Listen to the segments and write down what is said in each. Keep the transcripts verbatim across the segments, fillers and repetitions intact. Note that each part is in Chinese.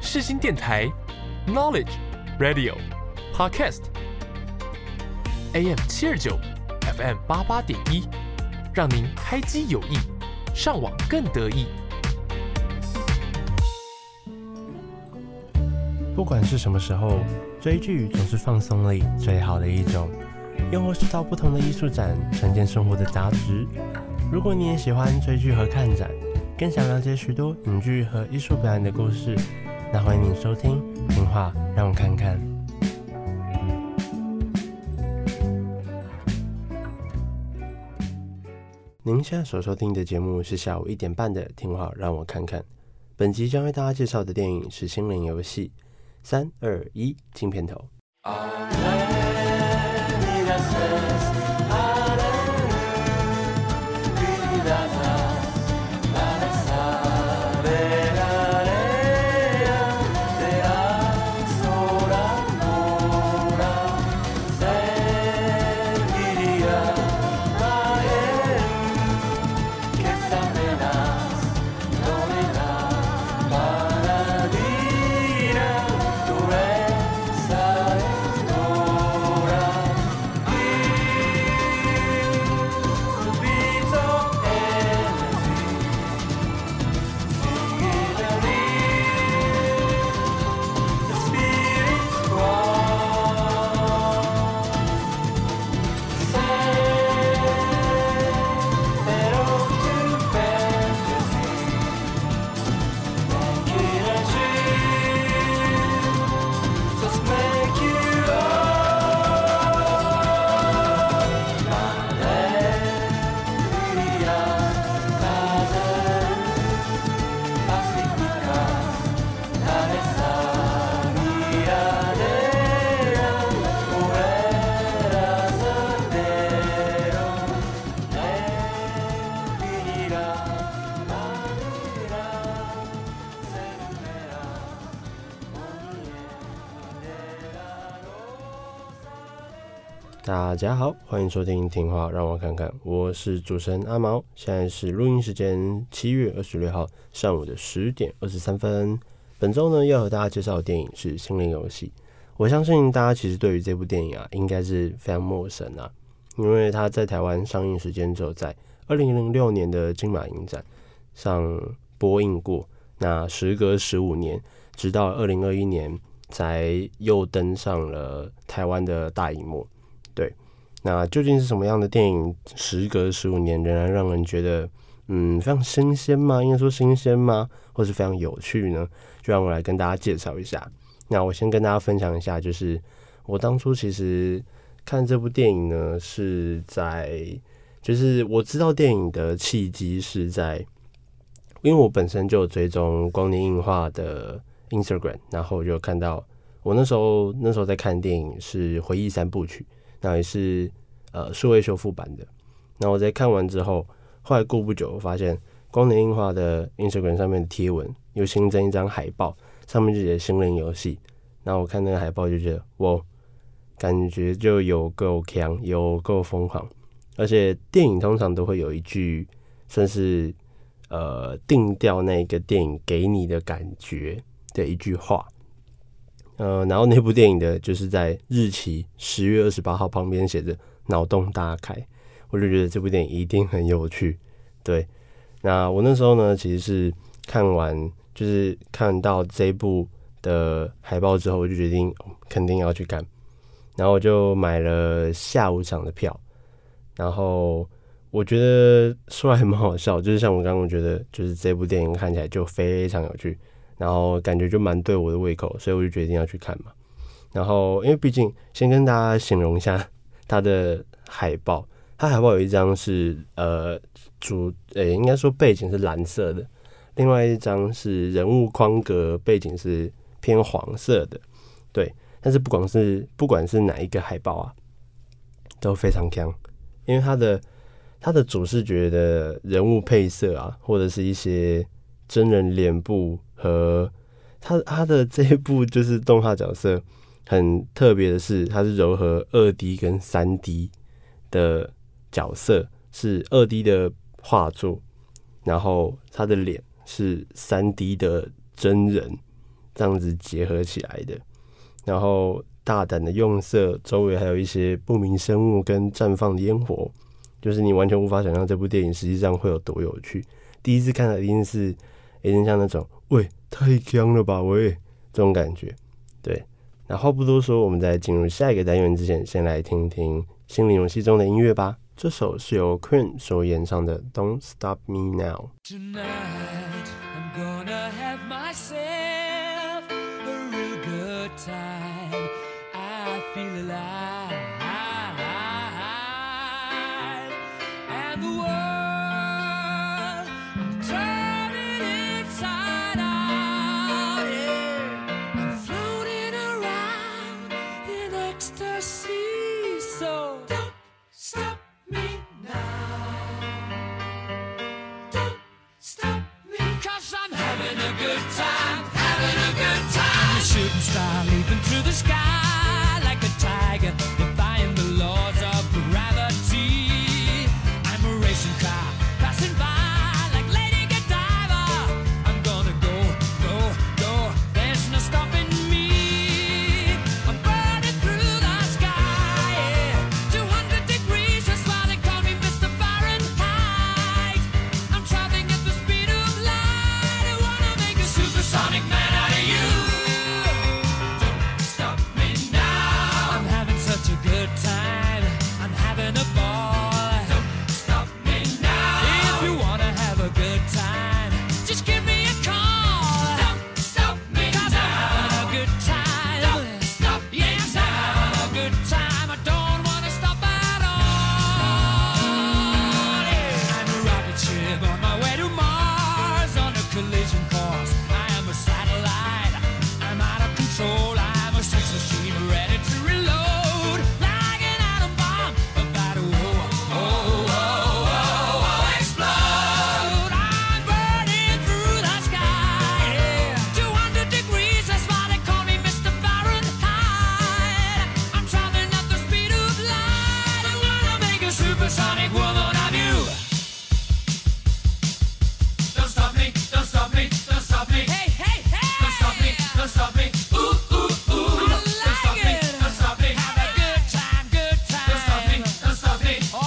世新电台 Knowledge Radio Podcast A M 七二九 F M 八八点一，让您开机有益，上网更得意。 不管是什么时候，追剧总是放松里最好的一种，又或是到不同的艺术展沉淀生活的杂质。如果你也喜欢追剧和看展，更想了解许多影剧和艺术表演的故事，那欢迎你收听听话让我看看。您现在所收听的节目是下午一点半的听话让我看看。本集将为大家介绍的电影是《心灵游戏》。三二一，进片头。大家好，欢迎收听听话让我看看，我是主持人阿毛。现在是录音时间七月二十六号上午的十点二十三分。本周呢要和大家介绍的电影是《心灵游戏》。我相信大家其实对于这部电影啊应该是非常陌生啊，因为它在台湾上映时间只有在二零零六年的金马影展上播映过，那时隔十五年，直到二零二一年才又登上了台湾的大荧幕。对，那究竟是什么样的电影，时隔十五年仍然让人觉得嗯非常新鲜吗？应该说新鲜吗？或是非常有趣呢？就让我来跟大家介绍一下。那我先跟大家分享一下，就是我当初其实看这部电影呢，是在就是我知道电影的契机是在，因为我本身就有追踪光年映画的 Instagram， 然后我就看到我那时候那时候在看电影是回忆三部曲。那也是呃数位修复版的。那我在看完之后，后来过不久，我发现光年映画的 Instagram 上面的贴文又新增一张海报，上面就写心灵游戏。然后我看那个海报就觉得，哇，感觉就有够强，有够疯狂。而且电影通常都会有一句算是呃定调那个电影给你的感觉的一句话。呃，然后那部电影的就是在日期十月二十八号旁边写着脑洞大开，我就觉得这部电影一定很有趣。对，那我那时候呢其实是看完就是看到这部的海报之后，我就决定、哦、肯定要去看，然后我就买了下午场的票。然后我觉得说来还蛮好笑，就是像我刚刚觉得就是这部电影看起来就非常有趣，然后感觉就蛮对我的胃口，所以我就决定要去看嘛。然后因为毕竟先跟大家形容一下它的海报，它海报有一张是呃主呃、欸、应该说背景是蓝色的，另外一张是人物框格背景是偏黄色的。对，但是不管是不管是哪一个海报啊，都非常强，因为它的它的主视觉的人物配色啊，或者是一些真人脸部和他他的这一部就是动画角色很特别的是，它是糅合 二 D 跟 三 D 的角色，是 二 D 的画作，然后他的脸是 三 D 的真人这样子结合起来的。然后大胆的用色，周围还有一些不明生物跟绽放的烟火，就是你完全无法想象这部电影实际上会有多有趣。第一次看的一定是有点像那种喂太香了吧喂这种感觉。对，那话不多说，我们在进入下一个单元之前，先来听听心灵游戏中的音乐吧。这首是由 Queen 所演唱的 Don't Stop Me Now。 Tonight I'm gonna have myself a real good time. I feel alive, and the world I'm turning inside out. Yeah, I'm floating around in ecstasy. So don't stop me now. Don't stop me, 'cause I'm having a good time, having a good time. I'm a shooting star leaping through the sky like a tiger, defying the laws of gravity. I'm a racing car passing by like Lady Godiva. I'm gonna go, go, go, there's no stopping me. I'm burning through the sky, yeah. two hundred degrees, that's why they call me Mister Fahrenheit. I'm traveling at the speed of light. I wanna make a supersonic man out of you. Don't stop me now. I'm having such a good time, I'm having a ball. Don't stop me now. If you wanna have a good time, just give me a call. Don't stop me now. 'Cause I'm having a good time. Don't stop me now. Yes, I'm having a good time. I don't wanna stop at all. Yeah. I'm a rocket ship on my way to Mars on a collision course. I am a satellite, I'm out of control. I'm a sex machine ready to reload, like an atom bomb about to oh, oh, oh, oh, oh, explode. I'm burning through the sky, yeah. two hundred degrees, that's why they call me Mister Fahrenheit. I'm traveling at the speed of light. I wanna make a supersonic woman of you. Don't stop me, don't stop me, don't stop me. Hey, hey, hey! Don't stop me, don't stop me. Ooh, ooh, ooh. I don't like stop me, it. Don't stop me. Have a good time, good time. Don't stop me, don't stop me. Oh,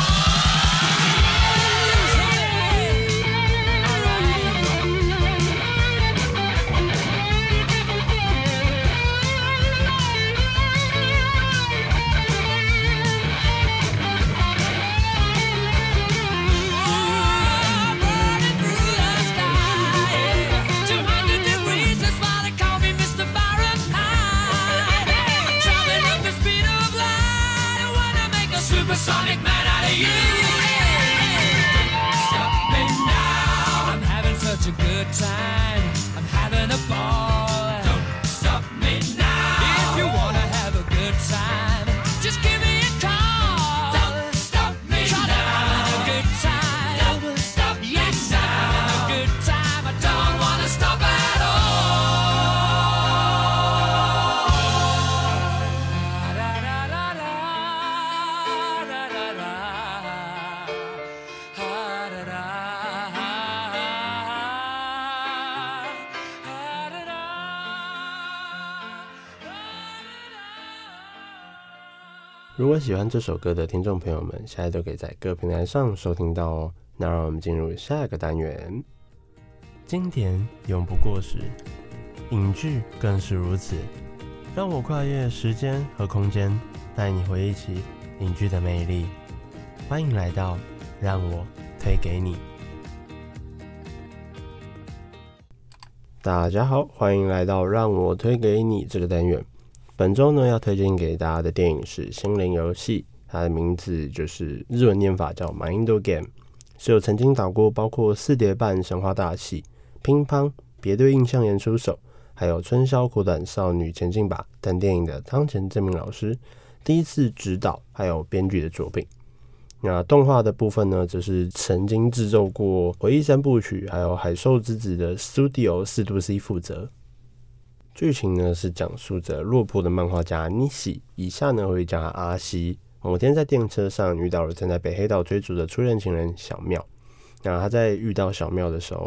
burning through the sky, two hundred degrees, that's why they call me Mister Fahrenheit. I'm traveling at the speed of light. I wanna make a supersonic man out of you. Don't stop me now. I'm having such a good time, I'm having a ball. Don't stop me now. If you wanna have a good time, just give me a call. Don't stop me now. I'm having a good time. Don't stop me yes, now. I'm having a good time. I don't wanna stop at all. Da, da, da, da, da, da, da, da. Ha, da, da, ha, da, da, da, da. 如果喜欢这首歌的听众朋友们，现在都可以在各平台上收听到哦。那让我们进入下一个单元，经典永不过时，影剧更是如此。让我跨越时间和空间，带你回忆起影剧的魅力。欢迎来到让我推给你。大家好，欢迎来到让我推给你这个单元。本周呢，要推荐给大家的电影是《心灵游戏》，它的名字就是日文念法叫 Mind Game， 是有曾经导过包括《四叠半神话大戏》、《乒乓》、《别对印象岩出手》，还有《春宵苦短少女前进吧》等电影的汤前正明老师第一次执导还有编剧的作品。那动画的部分呢，则是曾经制作过《回忆三部曲》还有《海兽之子》的 Studio 四度 C 负责。剧情呢是讲述着落魄的漫画家尼西，以下呢会叫他阿西。某天在电车上遇到了正在被黑道追逐的初恋情人小妙。那他在遇到小妙的时候，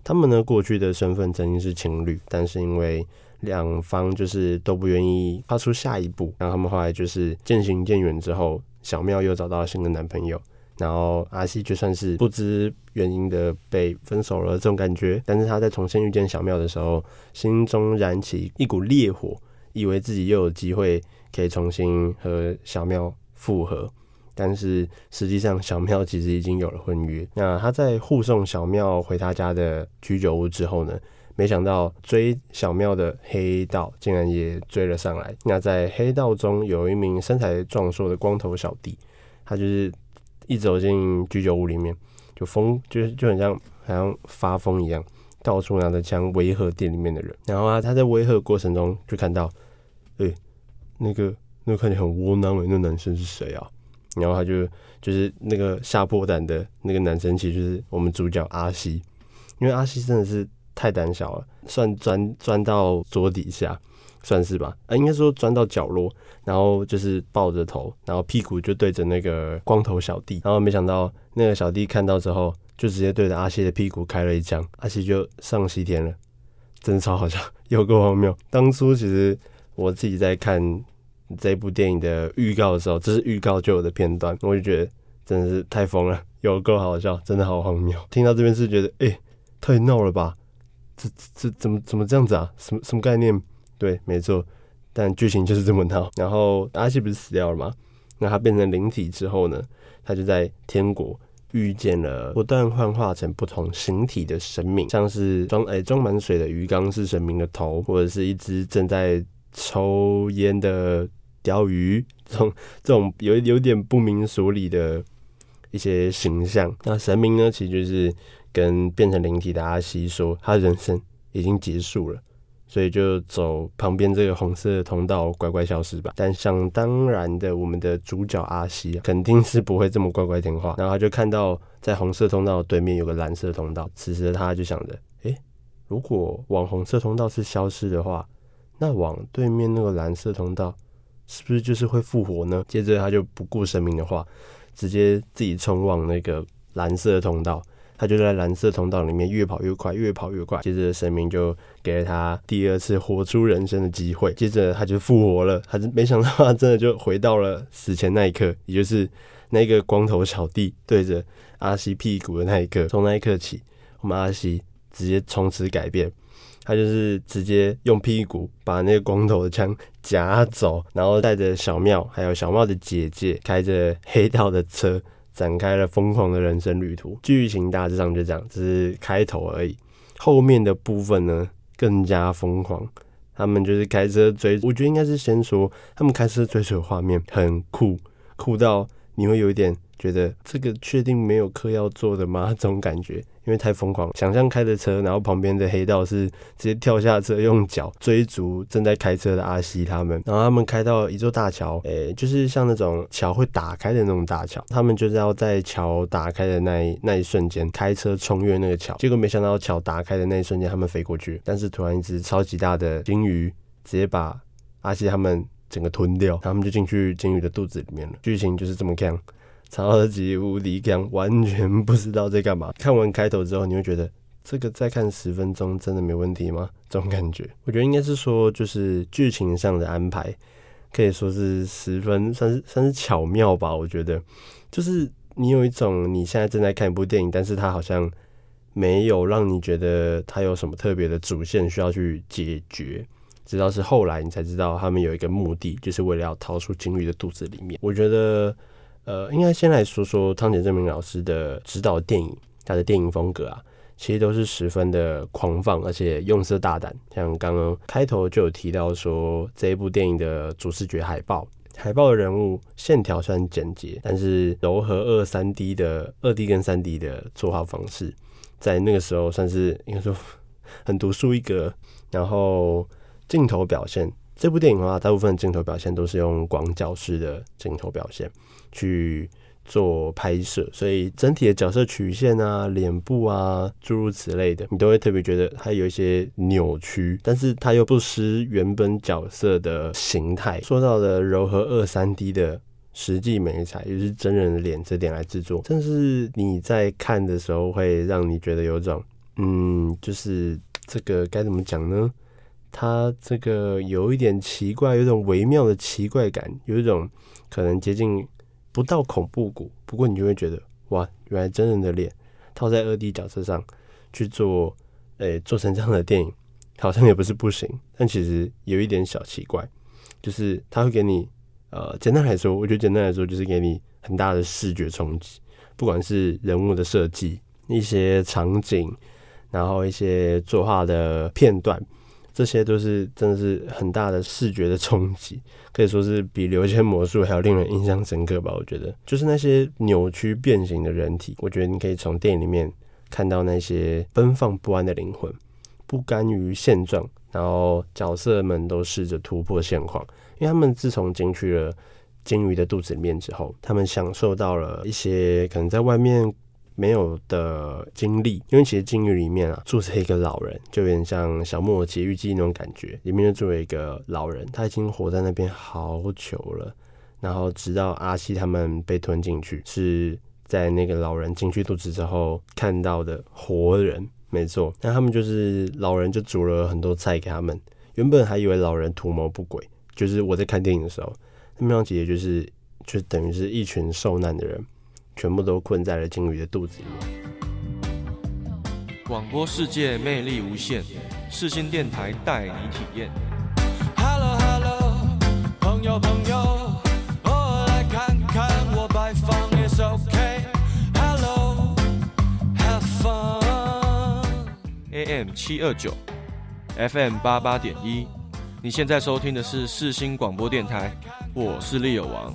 他们呢过去的身份曾经是情侣，但是因为两方就是都不愿意跨出下一步，然后他们后来就是渐行渐远之后，小妙又找到了新的男朋友，然后阿西就算是不知原因的被分手了这种感觉，但是他在重新遇见小妙的时候，心中燃起一股烈火，以为自己又有机会可以重新和小妙复合，但是实际上小妙其实已经有了婚约。那他在护送小妙回他家的居酒屋之后呢，没想到追小妙的黑道竟然也追了上来。那在黑道中有一名身材壮硕的光头小弟，他就是一走进居酒屋里面就疯，就是就很像好像发疯一样，到处拿着枪威吓店里面的人。然后啊，他在威吓过程中就看到，哎、欸，那个那个看起来很窝囊的那男生是谁啊？然后他就就是那个吓破胆的那个男生，其实就是我们主角阿西，因为阿西真的是太胆小了，算钻钻到桌底下，算是吧，啊，应该说钻到角落，然后就是抱着头，然后屁股就对着那个光头小弟，然后没想到那个小弟看到之后，就直接对着阿西的屁股开了一枪，阿西就上西天了，真的超好笑，有够荒谬。当初其实我自己在看这部电影的预告的时候，这是预告就有的片段，我就觉得真的是太疯了，有够好笑，真的好荒谬。听到这边是觉得，哎、欸，太闹了吧？这这怎么怎么这样子啊？什么什么概念？对，没错，但剧情就是这么闹。然后阿西不是死掉了吗？那他变成灵体之后呢，他就在天国遇见了不断幻化成不同形体的神明，像是装诶装满水的鱼缸是神明的头，或者是一只正在抽烟的鲷鱼，这种这种有有点不明所以的一些形象。那神明呢，其实就是跟变成灵体的阿西说，他人生已经结束了，所以就走旁边这个红色的通道，乖乖消失吧。但想当然的，我们的主角阿西肯定是不会这么乖乖听话，然后他就看到在红色通道对面有个蓝色通道，此时他就想着，诶，如果往红色通道是消失的话，那往对面那个蓝色通道是不是就是会复活呢？接着他就不顾神明的话，直接自己冲往那个蓝色的通道。他就在蓝色通道里面越跑越快，越跑越快。接着神明就给了他第二次活出人生的机会，接着他就复活了。他没想到他真的就回到了死前那一刻，也就是那个光头小弟对着阿西屁股的那一刻。从那一刻起，我们阿西直接从此改变，他就是直接用屁股把那个光头的枪夹走，然后带着小妙还有小妙的姐姐开着黑道的车，展开了疯狂的人生旅途。剧情大致上就这样，只是开头而已。后面的部分呢更加疯狂，他们就是开车追，我觉得应该是先说他们开车追逐的画面很酷，酷到你会有一点觉得这个确定没有课要做的吗？这种感觉，因为太疯狂。想象开着车，然后旁边的黑道是直接跳下车，用脚追逐正在开车的阿西他们。然后他们开到一座大桥，诶，就是像那种桥会打开的那种大桥。他们就是要在桥打开的那一那一瞬间，开车冲越那个桥。结果没想到桥打开的那一瞬间，他们飞过去，但是突然一只超级大的鲸鱼直接把阿西他们整个吞掉，他们就进去鲸鱼的肚子里面了。剧情就是这么强。超级无敌强，完全不知道在干嘛。看完开头之后，你会觉得这个再看十分钟真的没问题吗？这种感觉，我觉得应该是说，就是剧情上的安排可以说是十分算是算是巧妙吧。我觉得，就是你有一种你现在正在看一部电影，但是它好像没有让你觉得它有什么特别的主线需要去解决。直到是后来你才知道他们有一个目的，就是为了要逃出鲸鱼的肚子里面。我觉得。呃，应该先来说说汤浅政明老师的指导电影，他的电影风格啊，其实都是十分的狂放，而且用色大胆。像刚刚开头就有提到说，这一部电影的主视觉海报，海报的人物线条虽然简洁，但是柔和二三 D 的二 D 跟三 D 的作画方式，在那个时候算是应该说很独树一格。然后镜头表现，这部电影的话，大部分镜头表现都是用广角式的镜头表现去做拍摄，所以整体的角色曲线啊、脸部啊，诸如此类的，你都会特别觉得它有一些扭曲，但是它又不失原本角色的形态。说到的柔和二三 D 的实际美彩，也就是真人的脸这点来制作，但是你在看的时候会让你觉得有种嗯，就是这个该怎么讲呢？它这个有一点奇怪，有一种微妙的奇怪感，有一种可能接近不到恐怖谷，不过你就会觉得哇，原来真人的脸套在二 D 角色上去做，诶、欸，做成这样的电影，好像也不是不行，但其实有一点小奇怪，就是它会给你，呃，简单来说，我觉得简单来说就是给你很大的视觉冲击，不管是人物的设计、一些场景，然后一些作画的片段。这些都是真的是很大的视觉的冲击，可以说是比流仙魔术还要令人印象深刻吧。我觉得就是那些扭曲变形的人体，我觉得你可以从电影里面看到那些奔放不安的灵魂，不甘于现状，然后角色们都试着突破现况，因为他们自从进去了鲸鱼的肚子里面之后，他们享受到了一些可能在外面没有的经历，因为其实鲸鱼里面啊住着一个老人，就有点像小木偶奇遇记那种感觉，里面就住了一个老人，他已经活在那边好久了，然后直到阿西他们被吞进去，是在那个老人进去肚子之后看到的活人，没错，那他们就是老人就煮了很多菜给他们，原本还以为老人图谋不轨，就是我在看电影的时候，那妙姐就是就等于是一群受难的人全部都困在了鲸鱼的肚子里面。 广播世界魅力无限，世新电台带你体验。 Hello Hello， 朋友朋友，偶尔来看看我摆放也是 OK。Hello Have fun。A M 七二九 F M 八八点一，你现在收听的是世新广播电台，我是利友王。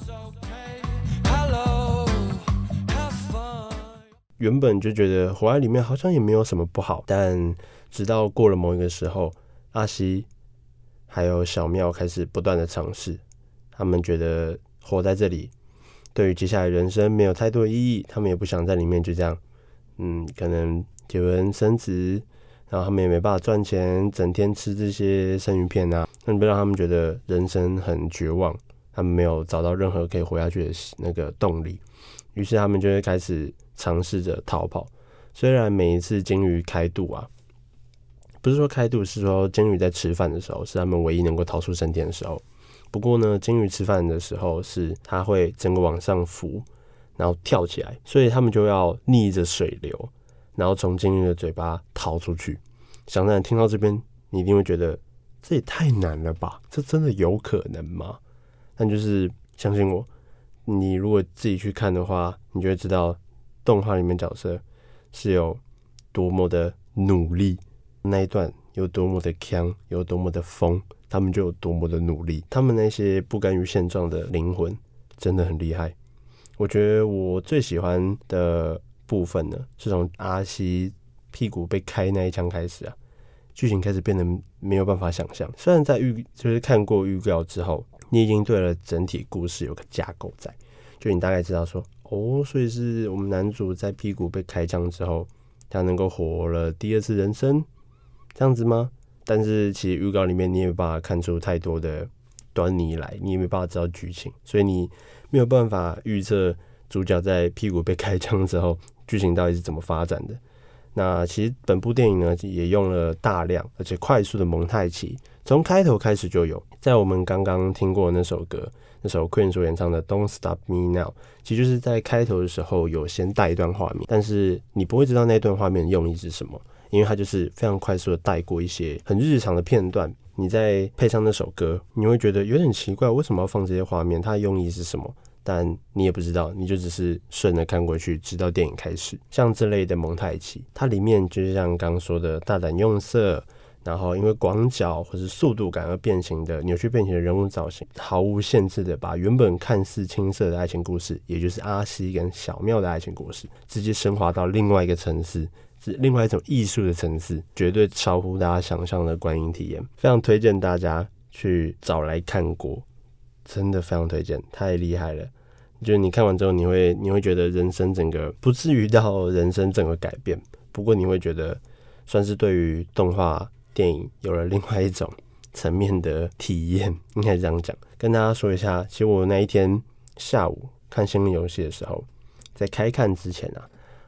原本就觉得活在里面好像也没有什么不好，但直到过了某一个时候，阿西还有小妙开始不断的尝试，他们觉得活在这里对于接下来人生没有太多的意义，他们也不想在里面就这样，嗯，可能结婚生子，然后他们也没办法赚钱，整天吃这些生鱼片啊，那让他们觉得人生很绝望，他们没有找到任何可以活下去的那个动力，于是他们就会开始尝试着逃跑。虽然每一次鲸鱼开肚啊，不是说开肚，是说鲸鱼在吃饭的时候是他们唯一能够逃出升天的时候。不过呢，鲸鱼吃饭的时候是它会整个往上浮，然后跳起来，所以他们就要逆着水流，然后从鲸鱼的嘴巴逃出去。想当然听到这边，你一定会觉得这也太难了吧？这真的有可能吗？但就是相信我，你如果自己去看的话，你就会知道动画里面角色是有多么的努力，那一段有多么的强，有多么的疯，他们就有多么的努力。他们那些不甘于现状的灵魂真的很厉害。我觉得我最喜欢的部分呢，是从阿西屁股被开那一枪开始啊，剧情开始变得没有办法想象。虽然在预就是看过预告之后，你已经对了整体故事有个架构在，就你大概知道说，哦，所以是我们男主在屁股被开枪之后，他能够活了第二次人生，这样子吗？但是其实预告里面你也没办法看出太多的端倪来，你也没办法知道剧情，所以你没有办法预测主角在屁股被开枪之后剧情到底是怎么发展的。那其实本部电影呢，也用了大量而且快速的蒙太奇，从开头开始就有。在我们刚刚听过的那首歌，那首 Queen 所演唱的 Don't Stop Me Now， 其实就是在开头的时候有先带一段画面，但是你不会知道那段画面的用意是什么，因为它就是非常快速的带过一些很日常的片段。你再配上那首歌，你会觉得有点奇怪，为什么要放这些画面？它的用意是什么？但你也不知道，你就只是顺着看过去，直到电影开始。像这类的蒙太奇，它里面就是像刚刚说的大胆用色，然后因为广角或是速度感而变形的扭曲变形的人物造型，毫无限制的把原本看似青涩的爱情故事，也就是阿西跟小妙的爱情故事，直接升华到另外一个层次，是另外一种艺术的层次，绝对超乎大家想象的观影体验。非常推荐大家去找来看过，真的非常推荐，太厉害了。就是你看完之后，你会你会觉得人生整个不至于到人生整个改变，不过你会觉得算是对于动画电影有了另外一种层面的体验，应该这样讲。跟大家说一下，其实我那一天下午看心灵游戏的时候，在开看之前啊，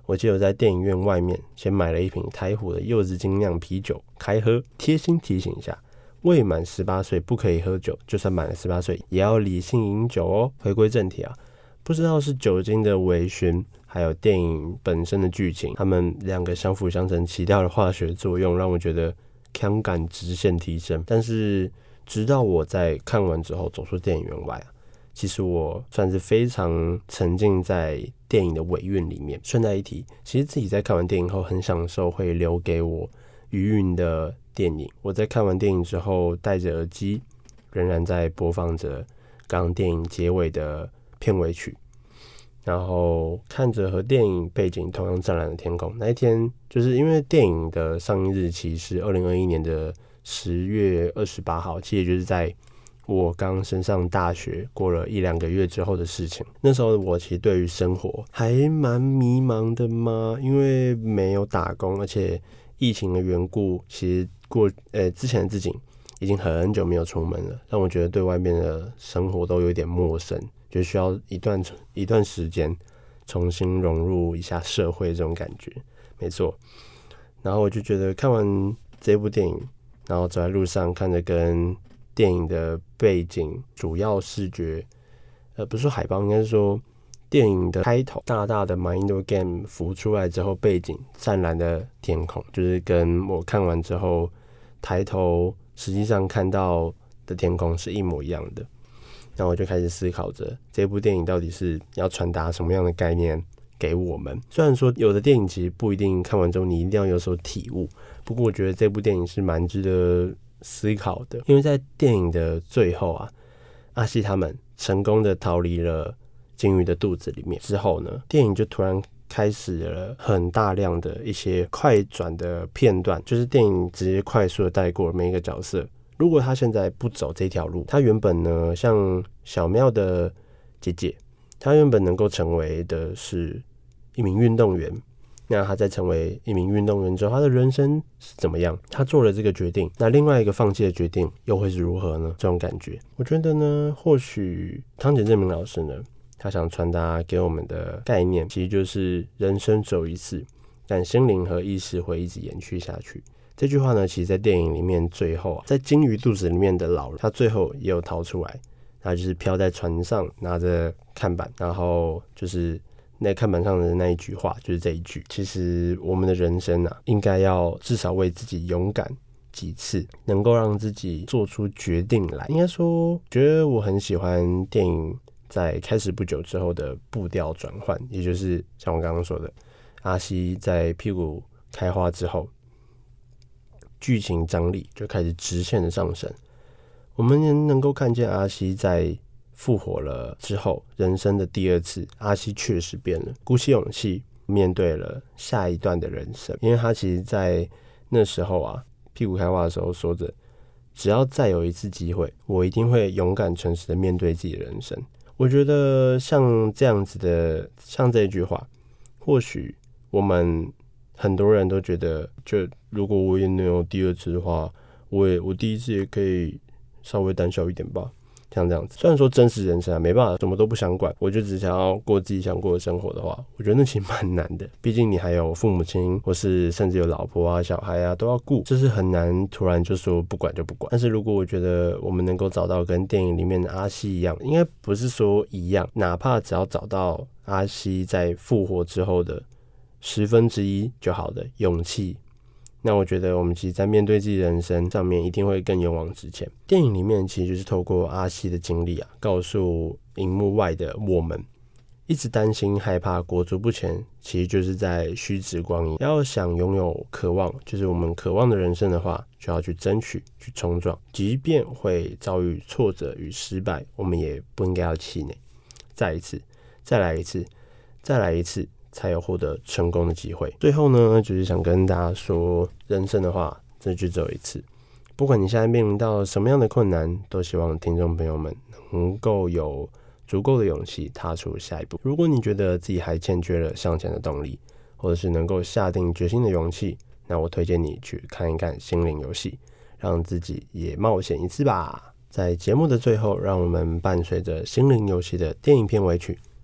我记得我在电影院外面先买了一瓶台虎的柚子精酿啤酒开喝，贴心提醒一下，未满十八岁不可以喝酒，就算满了十八岁也要理性饮酒哦。回归正题啊，不知道是酒精的微醺，还有电影本身的剧情，他们两个相辅相成起到了化学作用，让我觉得锵感直线提升。但是直到我在看完之后走出电影院外啊，其实我算是非常沉浸在电影的尾韵里面。顺带一提，其实自己在看完电影后很享受会留给我余韵的电影。我在看完电影之后戴着耳机，仍然在播放着刚刚电影结尾的片尾曲，然后看着和电影背景同样湛蓝的天空。那一天就是因为电影的上映日期是二零二一年的十月二十八号，其实也就是在我刚升上大学过了一两个月之后的事情。那时候我其实对于生活还蛮迷茫的嘛，因为没有打工，而且疫情的缘故，其实过呃之前的自己已经很久没有出门了，让我觉得对外面的生活都有点陌生，就需要一段一段时间重新融入一下社会这种感觉。没错，然后我就觉得看完这部电影，然后走在路上看着跟电影的背景主要视觉，呃，不是说海报，应该是说电影的开头，大大的 My Indoor Game 浮出来之后，背景湛蓝的天空，就是跟我看完之后抬头实际上看到的天空是一模一样的。然后我就开始思考着这部电影到底是要传达什么样的概念给我们。虽然说有的电影其实不一定看完之后你一定要有所体悟，不过我觉得这部电影是蛮值得思考的。因为在电影的最后啊，阿西他们成功的逃离了鲸鱼的肚子里面之后呢，电影就突然开始了很大量的一些快转的片段，就是电影直接快速的带过每一个角色。如果他现在不走这条路，他原本呢，像小妙的姐姐，她原本能够成为的是一名运动员，那他在成为一名运动员之后，他的人生是怎么样？他做了这个决定，那另外一个放弃的决定又会是如何呢？这种感觉，我觉得呢，或许汤浅政明老师呢，他想传达给我们的概念，其实就是人生只有一次，但心灵和意识会一直延续下去。这句话呢，其实在电影里面最后啊，在鲸鱼肚子里面的老人，他最后也有逃出来，他就是飘在船上，拿着看板，然后就是那看板上的那一句话，就是这一句。其实我们的人生啊，应该要至少为自己勇敢几次，能够让自己做出决定来。应该说，觉得我很喜欢电影在开始不久之后的步调转换，也就是像我刚刚说的，阿西在屁股开花之后，剧情张力就开始直线的上升。我们能够看见阿西在复活了之后，人生的第二次，阿西确实变了，鼓起勇气面对了下一段的人生。因为他其实在那时候啊，屁股开花的时候说着，只要再有一次机会，我一定会勇敢诚实的面对自己的人生。我觉得像这样子的，像这句话，或许我们很多人都觉得，就如果我也能有第二次的话，我也我第一次也可以稍微胆小一点吧，像这样子。虽然说真实人生啊，没办法什么都不想管，我就只想要过自己想过的生活的话，我觉得那其实蛮难的。毕竟你还有父母亲，或是甚至有老婆啊、小孩啊都要顾，这是很难突然就说不管就不管。但是如果我觉得我们能够找到跟电影里面的阿西一样，应该不是说一样，哪怕只要找到阿西在复活之后的十分之一就好的勇气，那我觉得我们其实在面对自己的人生上面一定会更勇往直前。电影里面其实就是透过阿西的经历啊，告诉荧幕外的我们，一直担心害怕裹足不前，其实就是在虚掷光阴。要想拥有渴望，就是我们渴望的人生的话，就要去争取，去冲撞，即便会遭遇挫折与失败，我们也不应该要气馁。再一次，再来一次，再来一次，才有获得成功的机会。最后呢，就是想跟大家说，人生的话，这就只有一次。不管你现在面临到什么样的困难，都希望听众朋友们能够有足够的勇气踏出下一步。如果你觉得自己还欠缺了向前的动力，或者是能够下定决心的勇气，那我推荐你去看一看《心灵游戏》，让自己也冒险一次吧。在节目的最后，让我们伴随着《心灵游戏》的电影片尾曲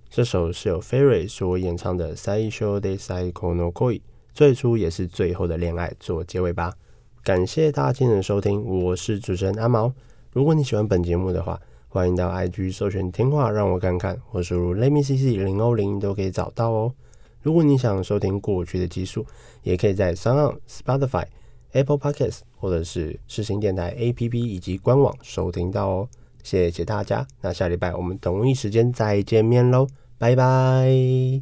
这首是由菲瑞所演唱的《最初で最後の恋》，最初也是最后的恋爱，做结尾吧。感谢大家今天的收听，我是主持人阿毛。如果你喜欢本节目的话，欢迎到 I G 搜寻听话让我看看，或输入 Let me C C 零零零都可以找到哦。如果你想收听过去的集数，也可以在 SoundOn、Spotify、Apple Podcasts 或者是世新电台 A P P 以及官网收聽到哦。謝謝大家，那下禮拜我們同一時間再見面嘍，拜拜。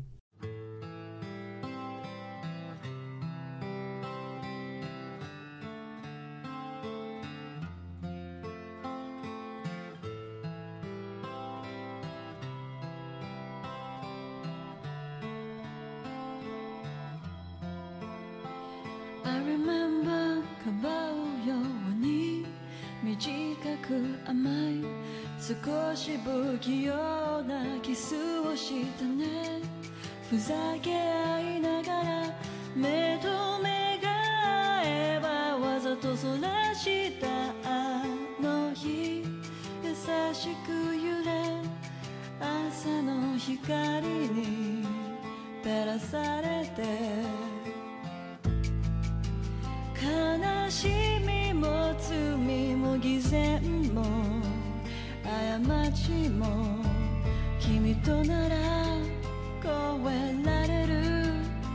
I remember カバうように短く甘い少し不器用なキスをしたね。ふざけ合いながら目と目が合えばわざとそらしたあの日、優しく揺れ朝の光に照らされて、悲しみも罪も偽善も過ちも君となら越えられる、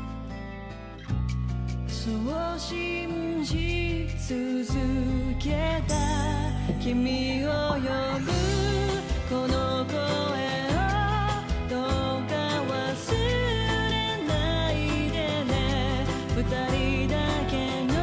そう信じ続けた君を呼ぶこの声をどうか忘れないでね。二人だけの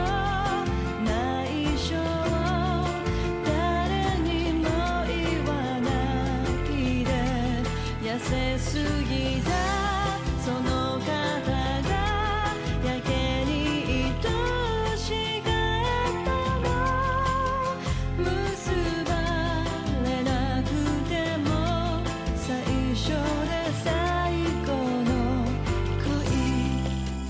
痩せすぎたその肩がやけに愛しかったの、結ばれなくても最初で最後の恋。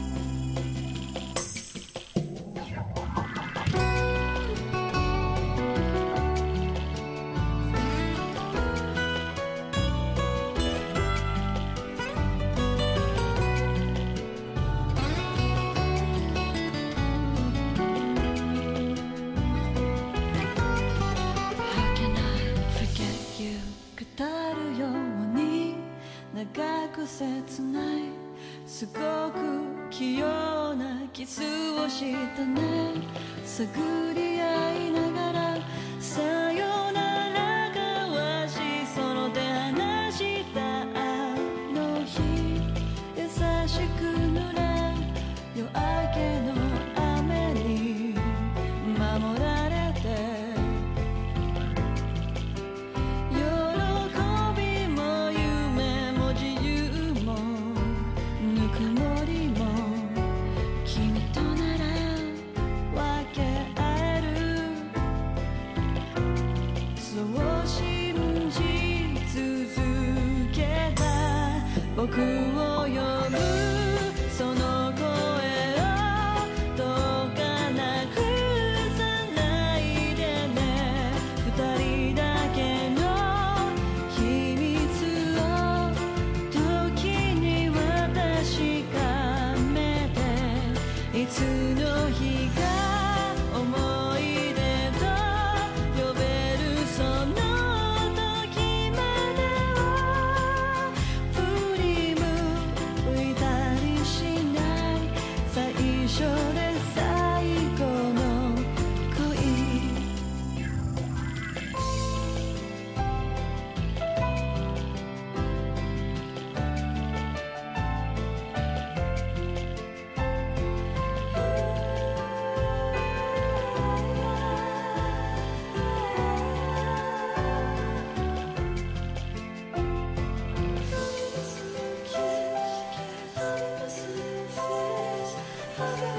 長く切ないすごく器用なキスをしたね。探り合いながらさよなら交わしその手離したあの日、優しく濡れ夜明けの雨に守られて、僕を呼ぶその声をどうかなくさないでね。二人だけの秘密を時に私がめて、いつの日か思い出と呼べるその時までは振り向いたりしない、最初で最後の恋。I'll be